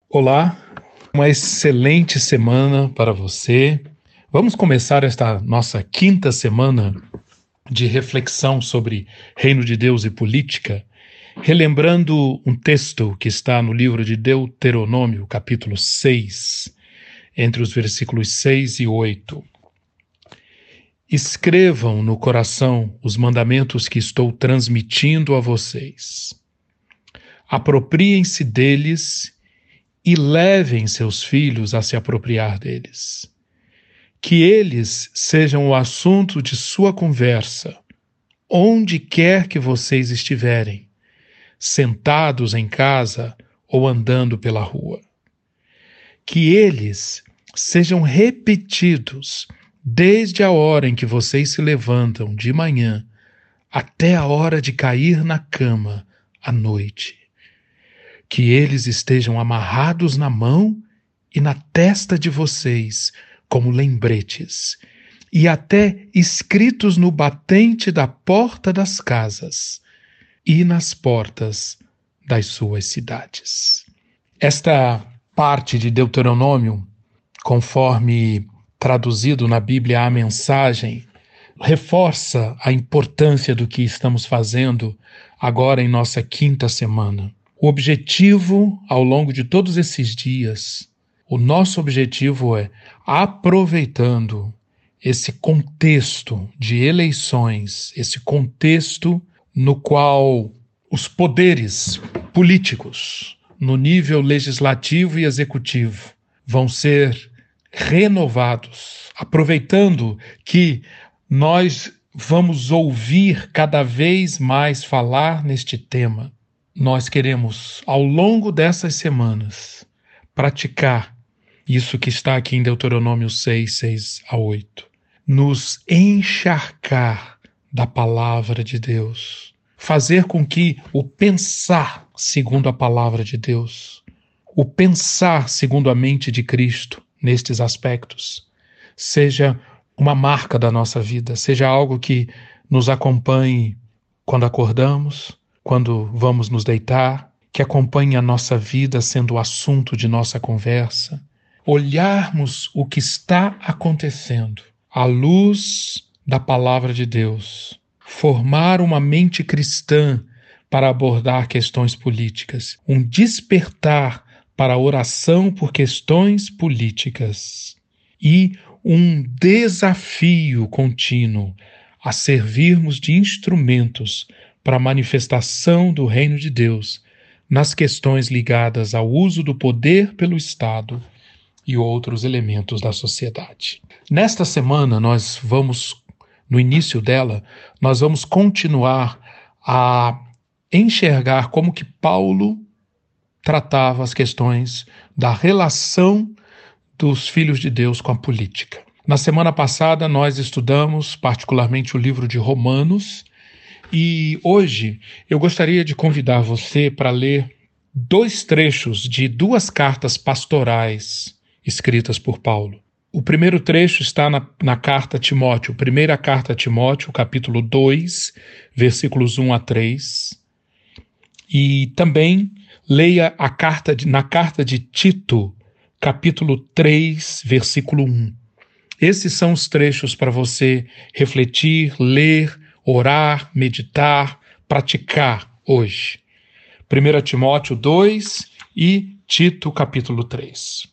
Olá, uma excelente semana para você. Vamos começar esta nossa quinta semana de reflexão sobre Reino de Deus e política, relembrando um texto que está no livro de Deuteronômio, capítulo 6, entre os versículos 6 e 8. Escrevam no coração os mandamentos que estou transmitindo a vocês. Apropriem-se deles e levem seus filhos a se apropriar deles. Que eles sejam o assunto de sua conversa, onde quer que vocês estiverem, sentados em casa ou andando pela rua. Que eles sejam repetidos desde a hora em que vocês se levantam de manhã até a hora de cair na cama à noite. Que eles estejam amarrados na mão e na testa de vocês, como lembretes, e até escritos no batente da porta das casas e nas portas das suas cidades. Esta parte de Deuteronômio, conforme traduzido na Bíblia a mensagem, reforça a importância do que estamos fazendo agora em nossa quinta semana. O objetivo, ao longo de todos esses dias, o nosso objetivo é, aproveitando esse contexto de eleições, esse contexto no qual os poderes políticos, no nível legislativo e executivo, vão ser renovados, aproveitando que nós vamos ouvir cada vez mais falar neste tema. Nós queremos, ao longo dessas semanas, praticar isso que está aqui em Deuteronômio 6, 6 a 8. Nos encharcar da palavra de Deus. Fazer com que o pensar segundo a palavra de Deus, o pensar segundo a mente de Cristo nestes aspectos, seja uma marca da nossa vida, seja algo que nos acompanhe quando acordamos, quando vamos nos deitar, que acompanhe a nossa vida sendo o assunto de nossa conversa. Olharmos o que está acontecendo à luz da palavra de Deus. Formar uma mente cristã para abordar questões políticas. Um despertar para a oração por questões políticas. E um desafio contínuo a servirmos de instrumentos para a manifestação do reino de Deus nas questões ligadas ao uso do poder pelo Estado e outros elementos da sociedade. Nesta semana, no início dela, nós vamos continuar a enxergar como que Paulo tratava as questões da relação dos filhos de Deus com a política. Na semana passada, nós estudamos particularmente o livro de Romanos, e hoje eu gostaria de convidar você para ler dois trechos de duas cartas pastorais escritas por Paulo. O primeiro trecho está na carta a Timóteo, primeira carta a Timóteo, capítulo 2, versículos 1 a 3. E também leia na carta de Tito, capítulo 3, versículo 1. Esses são os trechos para você refletir, ler, orar, meditar, praticar hoje. 1 Timóteo 2 e Tito capítulo 3.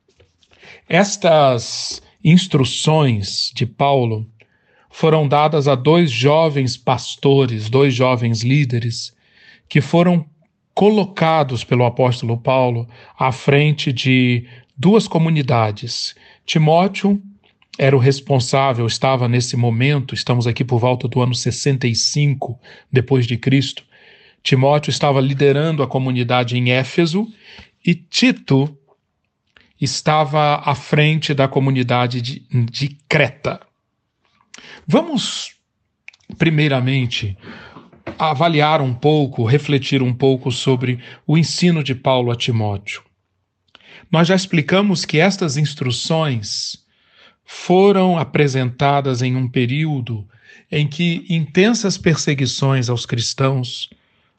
Estas instruções de Paulo foram dadas a dois jovens pastores, dois jovens líderes, que foram colocados pelo apóstolo Paulo à frente de duas comunidades. Timóteo era o responsável, estava nesse momento, estamos aqui por volta do ano 65 depois de Cristo. Timóteo estava liderando a comunidade em Éfeso e Tito estava à frente da comunidade de Creta. Vamos, primeiramente, avaliar um pouco, refletir um pouco sobre o ensino de Paulo a Timóteo. Nós já explicamos que estas instruções foram apresentadas em um período em que intensas perseguições aos cristãos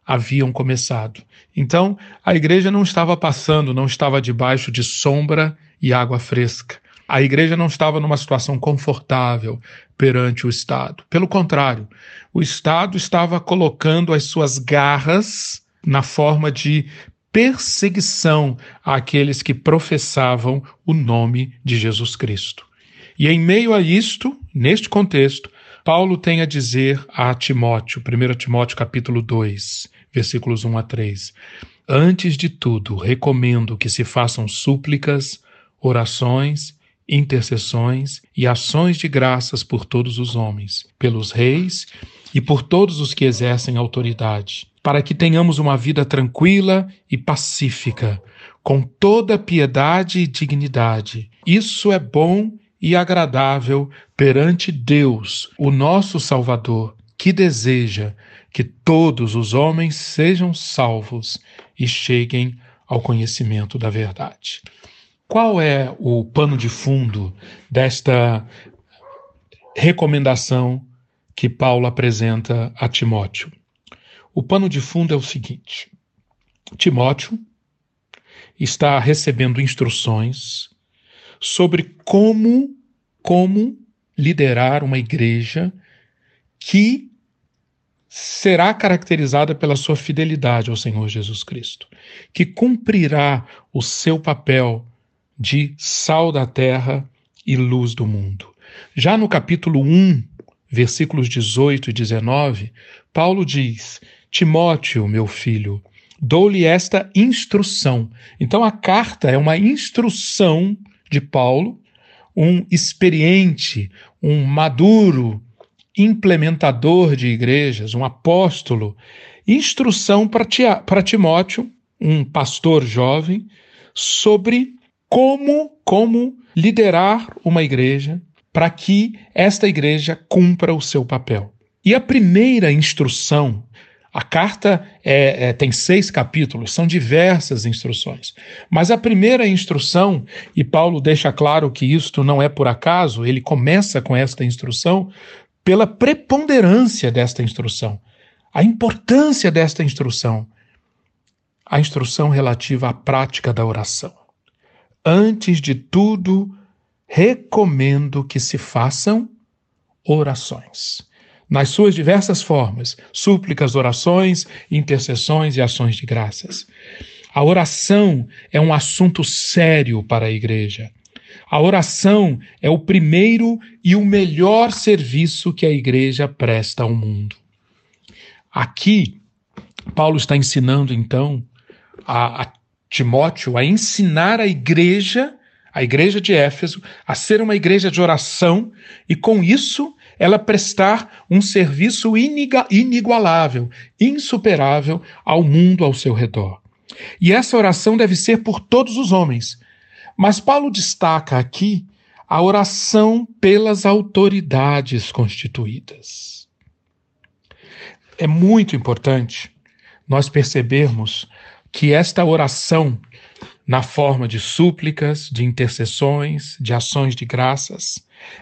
haviam começado. Então, a igreja não estava passando, não estava debaixo de sombra e água fresca. A igreja não estava numa situação confortável perante o Estado. Pelo contrário, o Estado estava colocando as suas garras na forma de perseguição àqueles que professavam o nome de Jesus Cristo. E em meio a isto, neste contexto, Paulo tem a dizer a Timóteo, 1 Timóteo capítulo 2, versículos 1 a 3, antes de tudo, recomendo que se façam súplicas, orações, intercessões e ações de graças por todos os homens, pelos reis e por todos os que exercem autoridade, para que tenhamos uma vida tranquila e pacífica, com toda piedade e dignidade. Isso é bom e agradável perante Deus, o nosso Salvador, que deseja que todos os homens sejam salvos e cheguem ao conhecimento da verdade. Qual é o pano de fundo desta recomendação que Paulo apresenta a Timóteo? O pano de fundo é o seguinte: Timóteo está recebendo instruções sobre como liderar uma igreja que será caracterizada pela sua fidelidade ao Senhor Jesus Cristo, que cumprirá o seu papel de sal da terra e luz do mundo. Já no capítulo 1, versículos 18 e 19, Paulo diz: Timóteo, meu filho, dou-lhe esta instrução. Então a carta é uma instrução de Paulo, um experiente, um maduro implementador de igrejas, um apóstolo, instrução para Timóteo, um pastor jovem, sobre como liderar uma igreja para que esta igreja cumpra o seu papel. E a primeira instrução, a carta tem 6 capítulos, são diversas instruções, mas a primeira instrução, e Paulo deixa claro que isto não é por acaso, ele começa com esta instrução pela preponderância desta instrução, a importância desta instrução, a instrução relativa à prática da oração. Antes de tudo, recomendo que se façam orações. Nas suas diversas formas, súplicas, orações, intercessões e ações de graças. A oração é um assunto sério para a igreja. A oração é o primeiro e o melhor serviço que a igreja presta ao mundo. Aqui, Paulo está ensinando, então, a Timóteo a ensinar a igreja de Éfeso, a ser uma igreja de oração e, com isso, ela prestar um serviço inigualável, insuperável ao mundo ao seu redor. E essa oração deve ser por todos os homens. Mas Paulo destaca aqui a oração pelas autoridades constituídas. É muito importante nós percebermos que esta oração, na forma de súplicas, de intercessões, de ações de graças,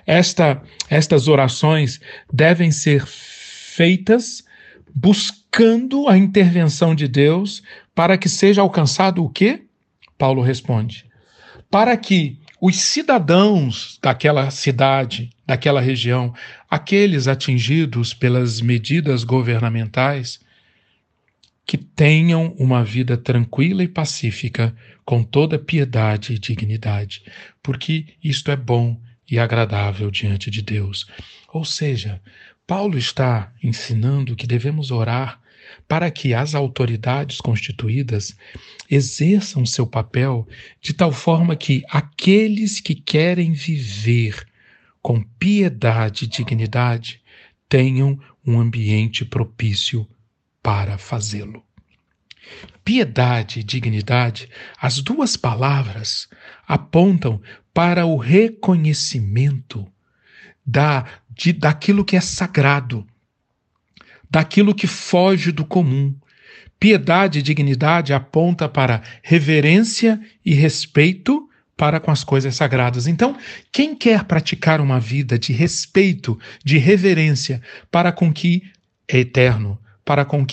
estas orações devem ser feitas buscando a intervenção de Deus para que seja alcançado o quê? Paulo responde: para que os cidadãos daquela cidade, daquela região, aqueles atingidos pelas medidas governamentais, que tenham uma vida tranquila e pacífica, com toda piedade e dignidade, porque isto é bom e agradável diante de Deus. Ou seja, Paulo está ensinando que devemos orar para que as autoridades constituídas exerçam seu papel de tal forma que aqueles que querem viver com piedade e dignidade tenham um ambiente propício para fazê-lo. Piedade e dignidade, as duas palavras apontam para o reconhecimento daquilo que é sagrado, daquilo que foge do comum. Piedade e dignidade aponta para reverência e respeito para com as coisas sagradas. Então, quem quer praticar uma vida de respeito, de reverência para com o que é eterno, para com o que é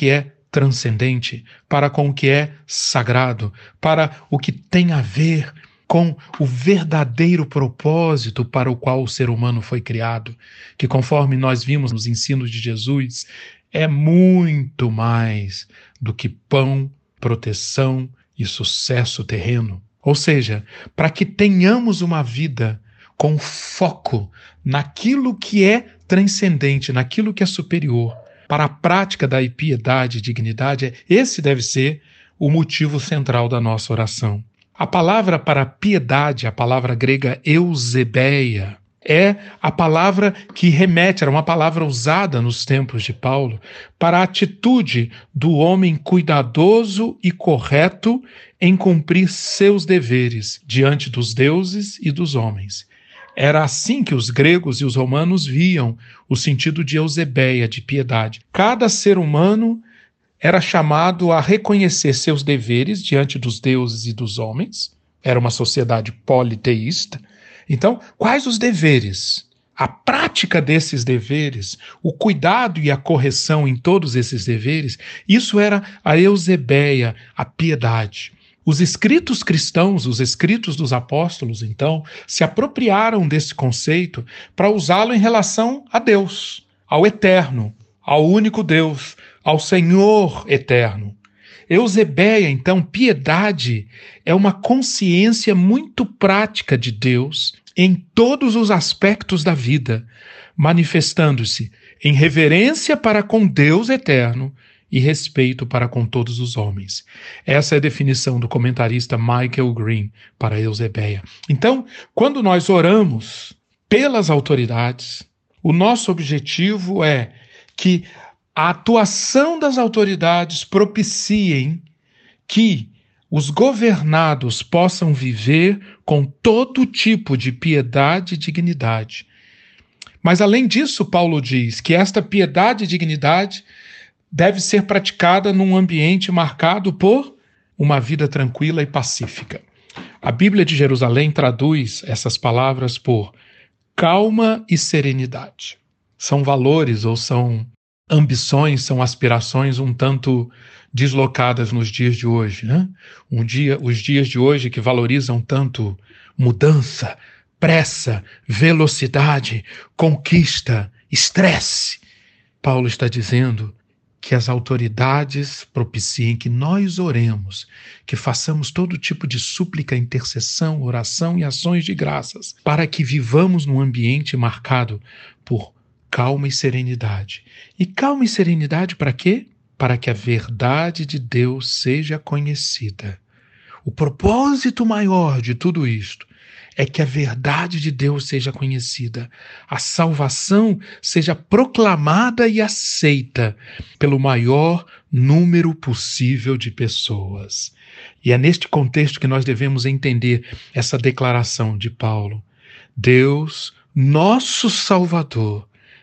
transcendente, para com o que é sagrado, para o que tem a ver com o verdadeiro propósito para o qual o ser humano foi criado, que, conforme nós vimos nos ensinos de Jesus, é muito mais do que pão, proteção e sucesso terreno. Ou seja, para que tenhamos uma vida com foco naquilo que é transcendente, naquilo que é superior, para a prática da piedade e dignidade, esse deve ser o motivo central da nossa oração. A palavra para piedade, a palavra grega eusebeia, é a palavra que remete, era uma palavra usada nos tempos de Paulo, para a atitude do homem cuidadoso e correto em cumprir seus deveres diante dos deuses e dos homens. Era assim que os gregos e os romanos viam o sentido de eusebeia, de piedade. Cada ser humano era chamado a reconhecer seus deveres diante dos deuses e dos homens. Era uma sociedade politeísta. Então, quais os deveres? A prática desses deveres, o cuidado e a correção em todos esses deveres, isso era a eusebeia, a piedade. Os escritos cristãos, os escritos dos apóstolos, então, se apropriaram desse conceito para usá-lo em relação a Deus, ao eterno, ao único Deus, ao Senhor eterno. Eusebeia, então, piedade, é uma consciência muito prática de Deus em todos os aspectos da vida, manifestando-se em reverência para com Deus eterno e respeito para com todos os homens. Essa é a definição do comentarista Michael Green para Eusebeia. Então, quando nós oramos pelas autoridades, o nosso objetivo é que a atuação das autoridades propiciem que os governados possam viver com todo tipo de piedade e dignidade. Mas, além disso, Paulo diz que esta piedade e dignidade deve ser praticada num ambiente marcado por uma vida tranquila e pacífica. A Bíblia de Jerusalém traduz essas palavras por calma e serenidade. São valores ou são ambições, são aspirações um tanto deslocadas nos dias de hoje, né? Os dias de hoje que valorizam tanto mudança, pressa, velocidade, conquista, estresse. Paulo está dizendo que as autoridades propiciem que nós oremos, que façamos todo tipo de súplica, intercessão, oração e ações de graças, para que vivamos num ambiente marcado por calma e serenidade. E calma e serenidade para quê? Para que a verdade de Deus seja conhecida. O propósito maior de tudo isto é que a verdade de Deus seja conhecida, a salvação seja proclamada e aceita pelo maior número possível de pessoas. E é neste contexto que nós devemos entender essa declaração de Paulo. Deus, nosso Salvador,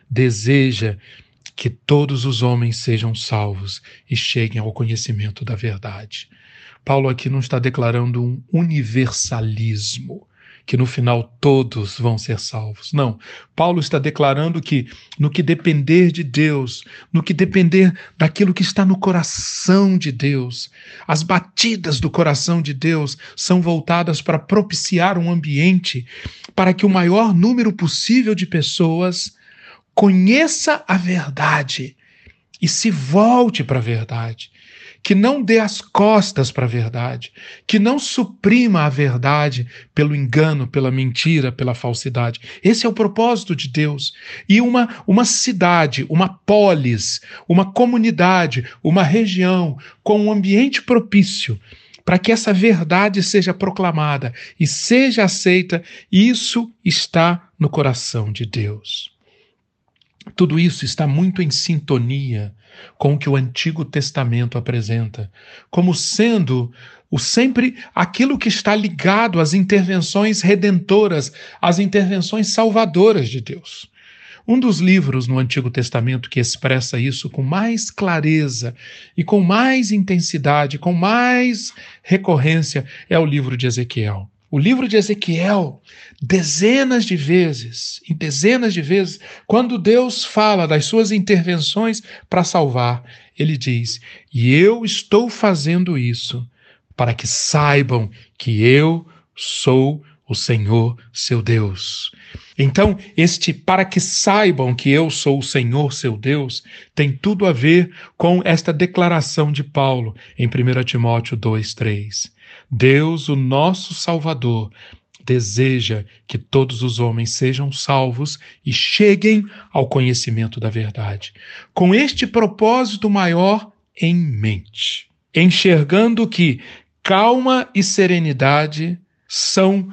deseja que todos os homens sejam salvos e cheguem ao conhecimento da verdade. Paulo aqui não está declarando um universalismo, que no final todos vão ser salvos. Não, Paulo está declarando que no que depender de Deus, no que depender daquilo que está no coração de Deus, as batidas do coração de Deus são voltadas para propiciar um ambiente para que o maior número possível de pessoas conheça a verdade e se volte para a verdade, que não dê as costas para a verdade, que não suprima a verdade pelo engano, pela mentira, pela falsidade. Esse é o propósito de Deus. E uma cidade, uma polis, uma comunidade, uma região com um ambiente propício para que essa verdade seja proclamada e seja aceita, isso está no coração de Deus. Tudo isso está muito em sintonia com o que o Antigo Testamento apresenta, como sendo sempre aquilo que está ligado às intervenções redentoras, às intervenções salvadoras de Deus. Um dos livros no Antigo Testamento que expressa isso com mais clareza e com mais intensidade, com mais recorrência, é o livro de Ezequiel. O livro de Ezequiel, dezenas de vezes, quando Deus fala das suas intervenções para salvar, ele diz: e eu estou fazendo isso para que saibam que eu sou o Senhor seu Deus. Então, para que saibam que eu sou o Senhor seu Deus, tem tudo a ver com esta declaração de Paulo em 1 Timóteo 2:3. Deus, o nosso Salvador, deseja que todos os homens sejam salvos e cheguem ao conhecimento da verdade. Com este propósito maior em mente, enxergando que calma e serenidade são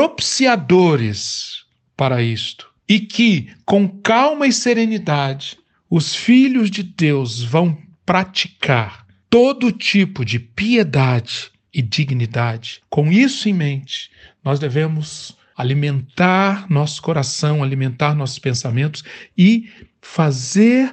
propiciadores para isto, e que, com calma e serenidade, os filhos de Deus vão praticar todo tipo de piedade e dignidade. Com isso em mente, nós devemos alimentar nosso coração, alimentar nossos pensamentos e fazer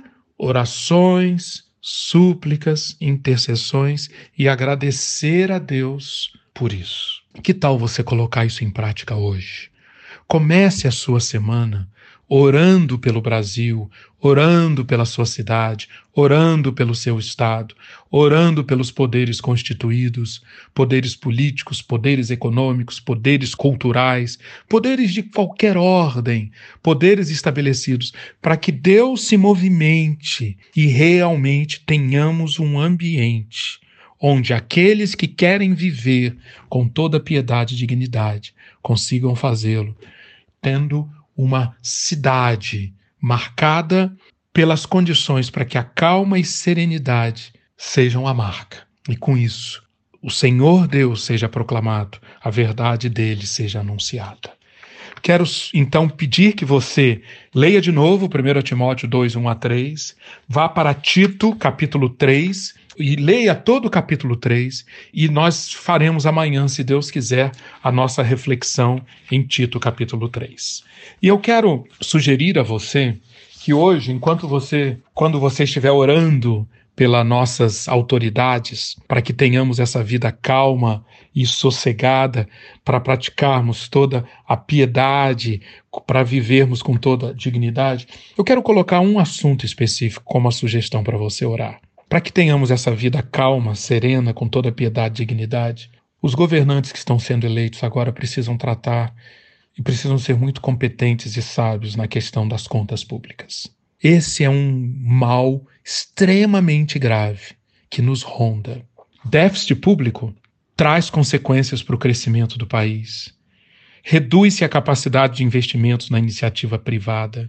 orações, súplicas, intercessões e agradecer a Deus por isso. Que tal você colocar isso em prática hoje? Comece a sua semana orando pelo Brasil, orando pela sua cidade, orando pelo seu estado, orando pelos poderes constituídos, poderes políticos, poderes econômicos, poderes culturais, poderes de qualquer ordem, poderes estabelecidos, para que Deus se movimente e realmente tenhamos um ambiente onde aqueles que querem viver com toda piedade e dignidade consigam fazê-lo, tendo uma cidade marcada pelas condições para que a calma e serenidade sejam a marca. E com isso, o Senhor Deus seja proclamado, a verdade dele seja anunciada. Quero, então, pedir que você leia de novo 1 Timóteo 2, 1-3, vá para Tito, capítulo 3, e leia todo o capítulo 3, e nós faremos amanhã, se Deus quiser, a nossa reflexão em Tito, capítulo 3. E eu quero sugerir a você que hoje, quando você estiver orando pelas nossas autoridades, para que tenhamos essa vida calma e sossegada, para praticarmos toda a piedade, para vivermos com toda a dignidade, eu quero colocar um assunto específico como a sugestão para você orar. Para que tenhamos essa vida calma, serena, com toda a piedade e dignidade, os governantes que estão sendo eleitos agora precisam tratar e precisam ser muito competentes e sábios na questão das contas públicas. Esse é um mal extremamente grave que nos ronda. Déficit público traz consequências para o crescimento do país. Reduz-se a capacidade de investimentos na iniciativa privada.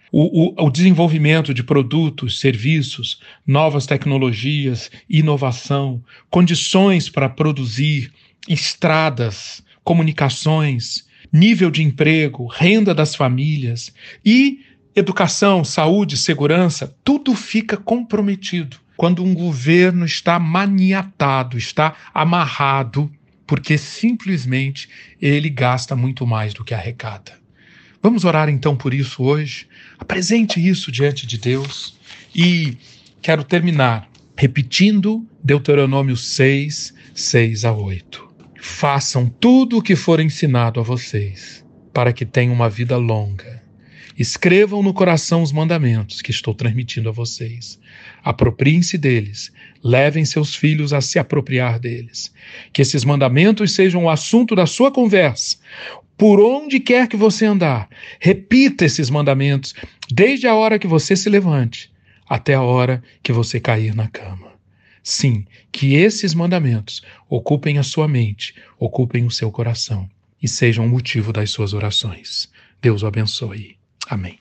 O desenvolvimento de produtos, serviços, novas tecnologias, inovação, condições para produzir, estradas, comunicações, nível de emprego, renda das famílias e educação, saúde, segurança, tudo fica comprometido quando um governo está maniatado, está amarrado, porque simplesmente ele gasta muito mais do que arrecada. Vamos orar então por isso hoje? Apresente isso diante de Deus. E quero terminar repetindo Deuteronômio 6, 6-8. Façam tudo o que for ensinado a vocês, para que tenham uma vida longa. Escrevam no coração os mandamentos que estou transmitindo a vocês. Apropriem-se deles, levem seus filhos a se apropriar deles. Que esses mandamentos sejam o assunto da sua conversa. Por onde quer que você andar, repita esses mandamentos, desde a hora que você se levante, até a hora que você cair na cama. Sim, que esses mandamentos ocupem a sua mente, ocupem o seu coração e sejam o motivo das suas orações. Deus o abençoe. Amém.